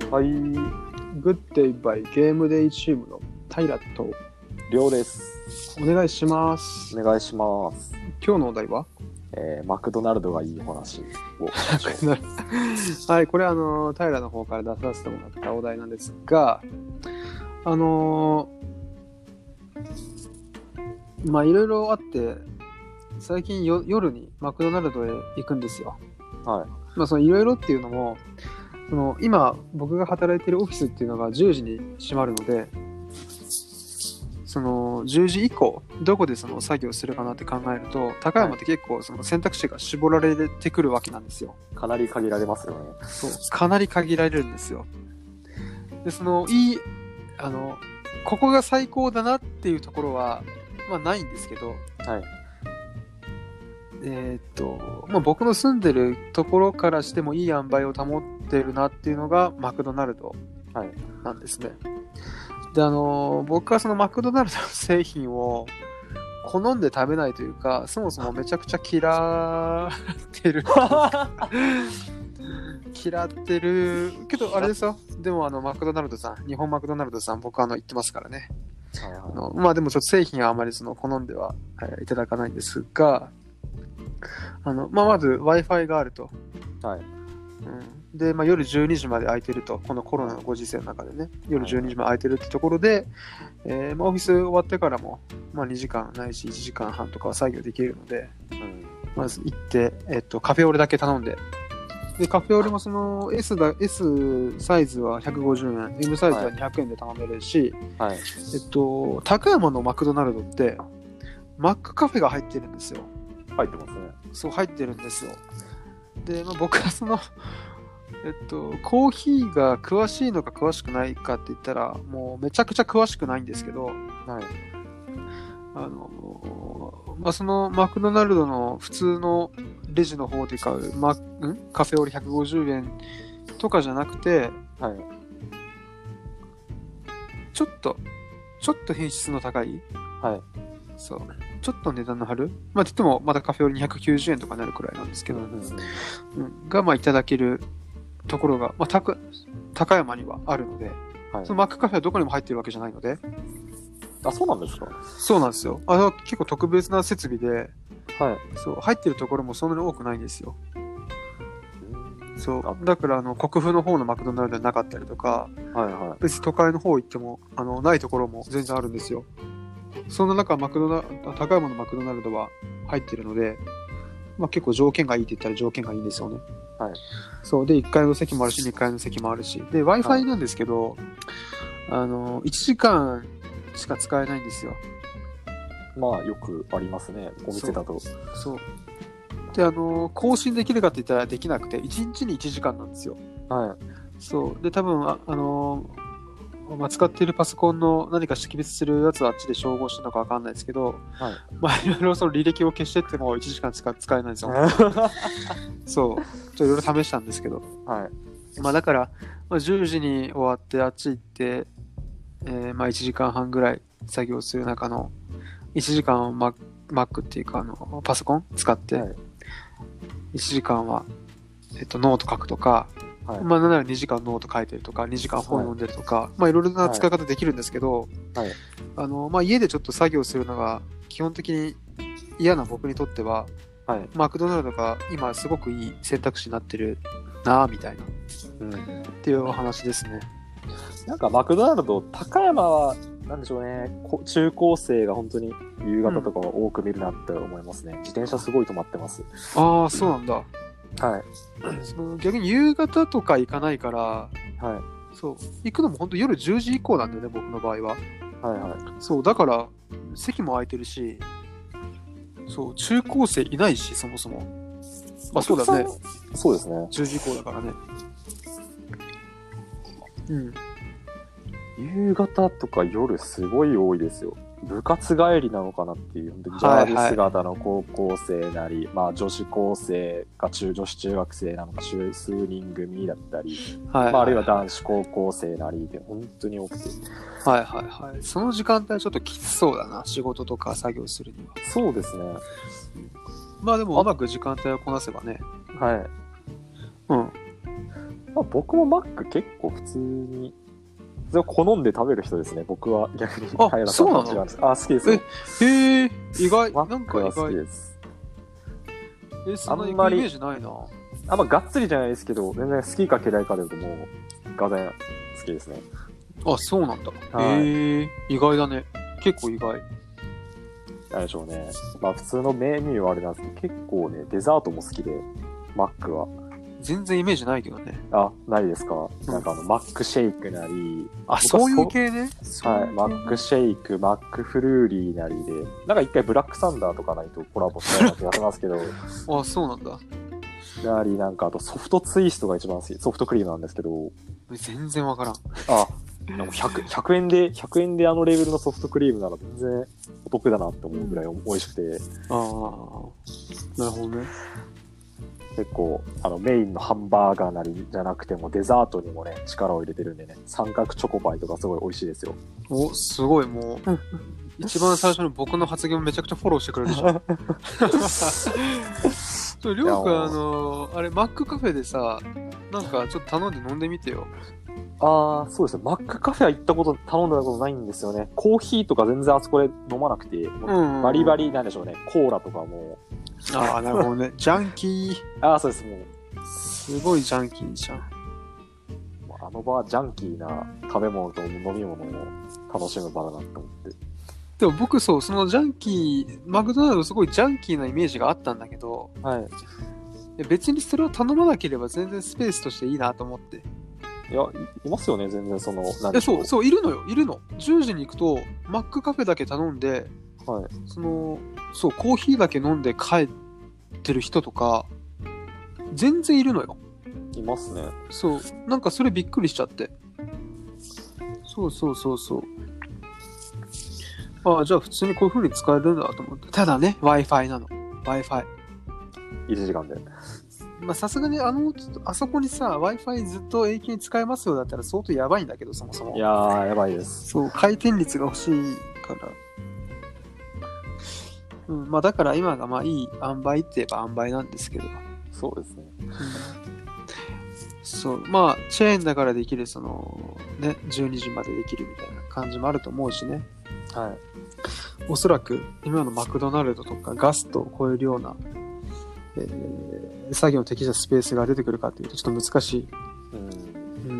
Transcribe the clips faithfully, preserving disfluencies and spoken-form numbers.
はい、 グッデイバイゲームデイチームの平とりょうです。 お願いします。 お願いします。 今日のお題は、 えー、マクドナルドがいいお話をはい、これはあの平の方から出させてもらったお題なんですが、あのー、まあいろいろあって最近よ夜にマクドナルドへ行くんですよ。 はい。 まあそのいろいろっていうのも、その今僕が働いてるオフィスっていうのがじゅうじに閉まるので、そのじゅうじ以降どこでその作業するかなって考えると、高山って結構その選択肢が絞られてくるわけなんですよ。 かなり限られますよね。 そうかなり限られるんですよ。でそのいいあのここが最高だなっていうところはまあないんですけど、 はい。 えーっとまあ、僕の住んでるところからしてもいい塩梅を保ってるなっていうのがマクドナルドなんですね。はい、であの僕はそのマクドナルドの製品を好んで食べないというか、そもそもめちゃくちゃ嫌ってる嫌ってるけどあれですよ。でもあのマクドナルドさん、日本マクドナルドさん、僕あの行ってますからね。はいはい、あのまあでもちょっと製品はあまりその好んでは、えー、いただかないんですが、あのまあ、まず Wi-Fi があると、はい、うん、で、まあ、夜じゅうにじまで空いてると、このコロナのご時世の中でね、夜じゅうにじまで空いてるってところで、えーまあ、オフィス終わってからも、まあ、にじかんないしいちじかんはんとかは作業できるので、うん、まず行って、えっと、カフェオレだけ頼んで、でカフェオレもその S, だ S サイズはひゃくごじゅうえん、M サイズはにひゃくえんで頼めるし、はい、えっと、高山のマクドナルドってマックカフェが入ってるんですよ。 入ってますね。 そう入ってるんですよ。で、まあ、僕はそのえっとコーヒーが詳しいのか詳しくないかって言ったらもうめちゃくちゃ詳しくないんですけど、はい、あのまあそのマクドナルドの普通のレジの方で買う、ま、んカフェオレひゃくごじゅうえんとかじゃなくて、はい、ちょっとちょっと品質の高い、はい、そうちょっと値段の張る、まあ、といってもまだカフェオレにひゃくきゅうじゅうえんとかになるくらいなんですけど、うんうんうん、がまあいただけるところが、まあ、た高山にはあるので、はい、そのマックカフェはどこにも入ってるわけじゃないので。 あ、そうなんですか。 そうなんですよ。あの結構特別な設備で、はい、そう入ってるところもそんなに多くないんですよ。そうだからあの国府の方のマクドナルドはなかったりとか、はいはい、別に都会の方行ってもあのないところも全然あるんですよ。その中マクドナ高山のマクドナルドは入ってるので、まあ、結構条件がいいって言ったら条件がいいんですよね。はい、そうでいっかいの席もあるしにかいの席もあるしで Wi-Fi なんですけど、はい、あのいちじかんしか使えないんですよ。 まあよくありますね、お店だと。 そうそうであの更新できるかって言ったらできなくていちにちにいちじかんなんですよ。はい、そうで多分 あ, あのまあ、使っているパソコンの何か識別するやつはあっちで照合してるのか分かんないですけど、はい、まあいろいろその履歴を消してってもいちじかんしか使えないんですよ。そうちょっといろいろ試したんですけど、はい、まあだから、まあ、じゅうじに終わってあっち行って、えー、まあいちじかんはんぐらい作業する中のいちじかんを Mac, Mac っていうかあのパソコン使って、はい、いちじかんは、えっと、ノート書くとか、はい、まあなんならにじかんノート書いてるとかにじかん本読んでるとか、はい、まあいろいろな使い方できるんですけど、はい、あのまあ家でちょっと作業するのが基本的に嫌な僕にとっては、はい、マクドナルドが今すごくいい選択肢になってるなみたいな、うん、っていうお話ですね。 なんかマクドナルド高山はなんでしょうね、中高生が本当に夕方とかは多く見るなって思いますね、うん、自転車すごい止まってます。 ああそうなんだ。 はい、 その逆に夕方とか行かないから、はい、そう行くのも本当夜じゅうじ以降なんだよね僕の場合は。はいはい、そうだから席も空いてるし、そう中高生いないしそもそも。まあそうだね。 そうですね。 じゅうじ以降だからね。うん。 夕方とか夜すごい多いですよ。部活帰りなのかなっていう、ジャージ姿の高校生なり、はいはい、まあ女子高生か中女子中学生なのか数人組だったり、はいはい、まあ、あるいは男子高校生なりで本当に多くて、 はいはいはい、その時間帯ちょっときつそうだな、仕事とか作業するには。 そうですね。 まあでもうまく時間帯をこなせばね。 はい。 うん。 まあ、僕もマック結構普通に、それを好んで食べる人ですね。僕は逆に。 あ、そうなの？ あ、好きですよ。 え、へえ、意外。 マなんックは好きか意外。 です。 え、そんなイメージないな。 あんまがっつりじゃないですけど、全然好きか嫌いかで言うともう、がぜん好きですね。 あ、そうなんだ。 はいへえ、意外だね。結構意外。 なんでしょうね。まあ普通のメニューはあれなんですけど、結構ね、デザートも好きで、マックは。 全然イメージないけどね。 あ、ないですか、 うん、 なんかあの、マックシェイクなり。 あ、そういう系ね。 はい、マックシェイク、マックフルーリーなりで、なんか一回ブラックサンダーとかないとコラボしたような気がしますけど。 あ、そうなんだ。 なり、なんかあとソフトツイストが一番好き。ソフトクリームなんですけど。 全然わからん。 あ、でも 100, ひゃくえんで、ひゃくえんであのレベルのソフトクリームなら全然お得だなって思うぐらい美味しくて。 ああ、なるほどね。 結構、あの、メインのハンバーガーなりじゃなくても、デザートにもね、力を入れてるんでね、三角チョコパイとかすごい美味しいですよ。 お、すごい、もう、一番最初の僕の発言をめちゃくちゃフォローしてくれるでしょ。そう、りょうくん、あの、あれ、マックカフェでさ、なんかちょっと頼んで飲んでみてよ。 ああ、そうですね。マックカフェは行ったこと、頼んだことないんですよね。コーヒーとか全然あそこで飲まなくて、 うん、 バリバリなんでしょうね。コーラとかも。 ああ、なるほどね。ジャンキー。 ああ、そうです。もう。 すごいジャンキーじゃん。 あの場はジャンキーな食べ物と飲み物を楽しむ場だなと思って。 でも僕そう、そのジャンキー、マクドナルドすごいジャンキーなイメージがあったんだけど、 はい。 別にそれを頼まなければ全然スペースとしていいなと思って。 いや、い, いますよね、全然その、 何でしょう。そう、そう、いるのよ、いるの。じゅうじに行くと、マックカフェだけ頼んで、 はい。 その、そう、コーヒーだけ飲んで帰ってる人とか、全然いるのよ。 いますね。 そう、なんかそれびっくりしちゃって。そうそうそうそう。ああ、じゃあ普通にこういう風に使えるんだと思って。ただね、Wi-Fi なの。Wi-Fi。 いちじかんで。 まあさすがにあの、あそこにさ、Wi-Fi ずっと永久に使えますよだったら相当やばいんだけど、そもそも。 いやー、やばいです。 そう、回転率が欲しいから。うん、まあだから今がまあいい塩梅って言えば塩梅なんですけど。 そうですね。 うん、そう、まあチェーンだからできる、その、ね、じゅうにじまでできるみたいな感じもあると思うしね。 はい。 おそらく今のマクドナルドとかガストを超えるような、えー、作業の適したスペースが出てくるかというとちょっと難しい。 うん。 うん。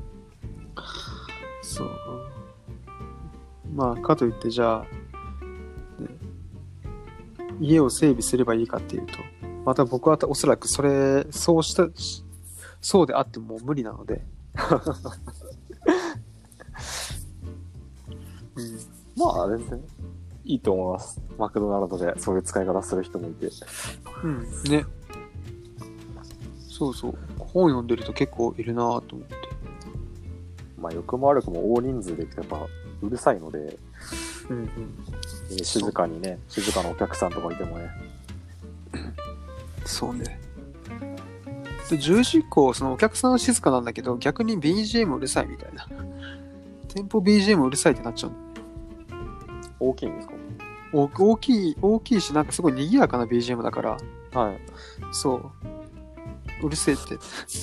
そう。まあかといってじゃあ、ね、家を整備すればいいかっていうと、また僕はおそらくそれそうしたそうであっても無理なので。 うん、まあ全然いいと思います。マクドナルドでそういう使い方する人もいて。 うんね。そうそう。本読んでると結構いるなぁと思って。 まあ良くも悪くも大人数で行くとやっぱうるさいので、 うんうん、 静かにね、静かなお客さんとかいてもね。 そうね。でじゅうじ以降、そのお客さんは静かなんだけど、逆に ビージーエム うるさいみたいな。店舗 ビージーエム うるさいってなっちゃう。 大きいんですか？ お大きい、大きいし、なんかすごい賑やかな ビージーエム だから。 はい。 そう。うるせえって。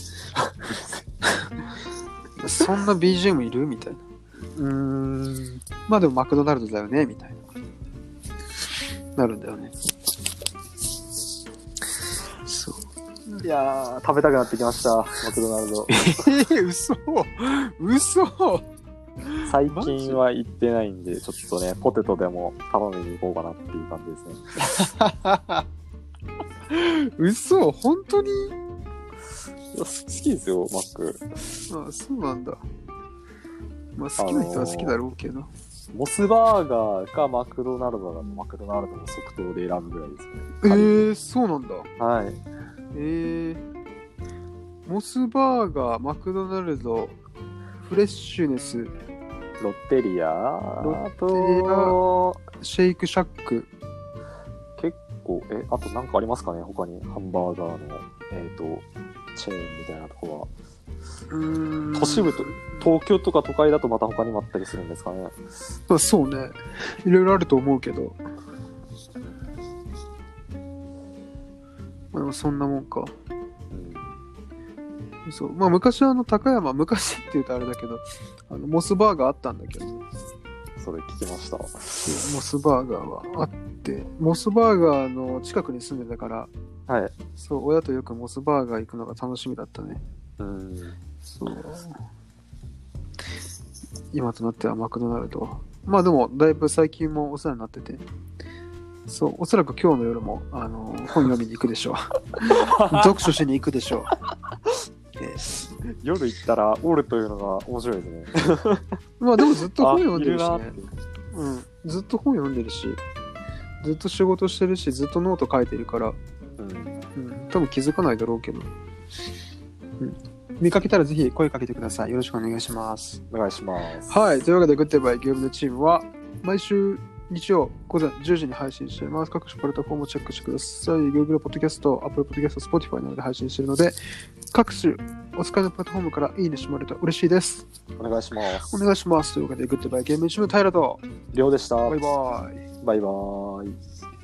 そんな ビージーエム いるみたいな。うーん。まあでもマクドナルドだよねみたいな。なるんだよね。そう。 いやー、食べたくなってきました、マクドナルド。 えー、嘘嘘最近は行ってないんで、ちょっとね、ポテトでも頼みに行こうかなっていう感じですね。 嘘本当に？ 好きですよ、マック。 ああ、そうなんだ。まあ好きな人は好きだろうけど。 あのー、モスバーガーかマクドナルドだとマクドナルドの即答で選ぶぐらいですね。 えー、そうなんだ。 はい。 えー、モスバーガー、マクドナルド、フレッシュネス、 ロッテリア、 ロッテリア、 シェイクシャック。 結構、え、あとなんかありますかね、他にハンバーガーの、えっと、チェーンみたいなところは。 うーん。 都市部と、東京とか都会だとまた他にもあったりするんですかね。 まあ、そうね。いろいろあると思うけど。まあ、でもそんなもんか。 うん。 そう。まあ昔はあの高山、昔って言うとあれだけど、あのモスバーガーあったんだけど、 それ聞きました。 モスバーガーはあって、モスバーガーの近くに住んでたから、 はい。 そう、親とよくモスバーガー行くのが楽しみだったね。 うん。 そう。今となってはマクドナルド。まあでも、だいぶ最近もお世話になってて、そう、おそらく今日の夜も、あのー、本読みに行くでしょう。読書しに行くでしょう。えー、 夜行ったらおるというのが面白いですね。 まあでもずっと本読んでるしね。 あいるなってうん、ずっと本読んでるし、ずっと仕事してるし、ずっとノート書いてるから、 うんうん、多分気づかないだろうけど、うん、見かけたらぜひ声かけてください。よろしくお願いします。 お願いします。 はい、というわけでグッデバイゲームのチームは毎週日曜午前じゅうじに配信しています。各種プラットフォームをチェックしてください。Google Podcast、Apple Podcast、Spotify などで配信しているので、各種お使いのプラットフォームからいいねしてもらえると嬉しいです。 お願いします。 お願いします。というわけでグッデバイゲームのチームの平とりょうでした。 バイバイ。 バイバイ。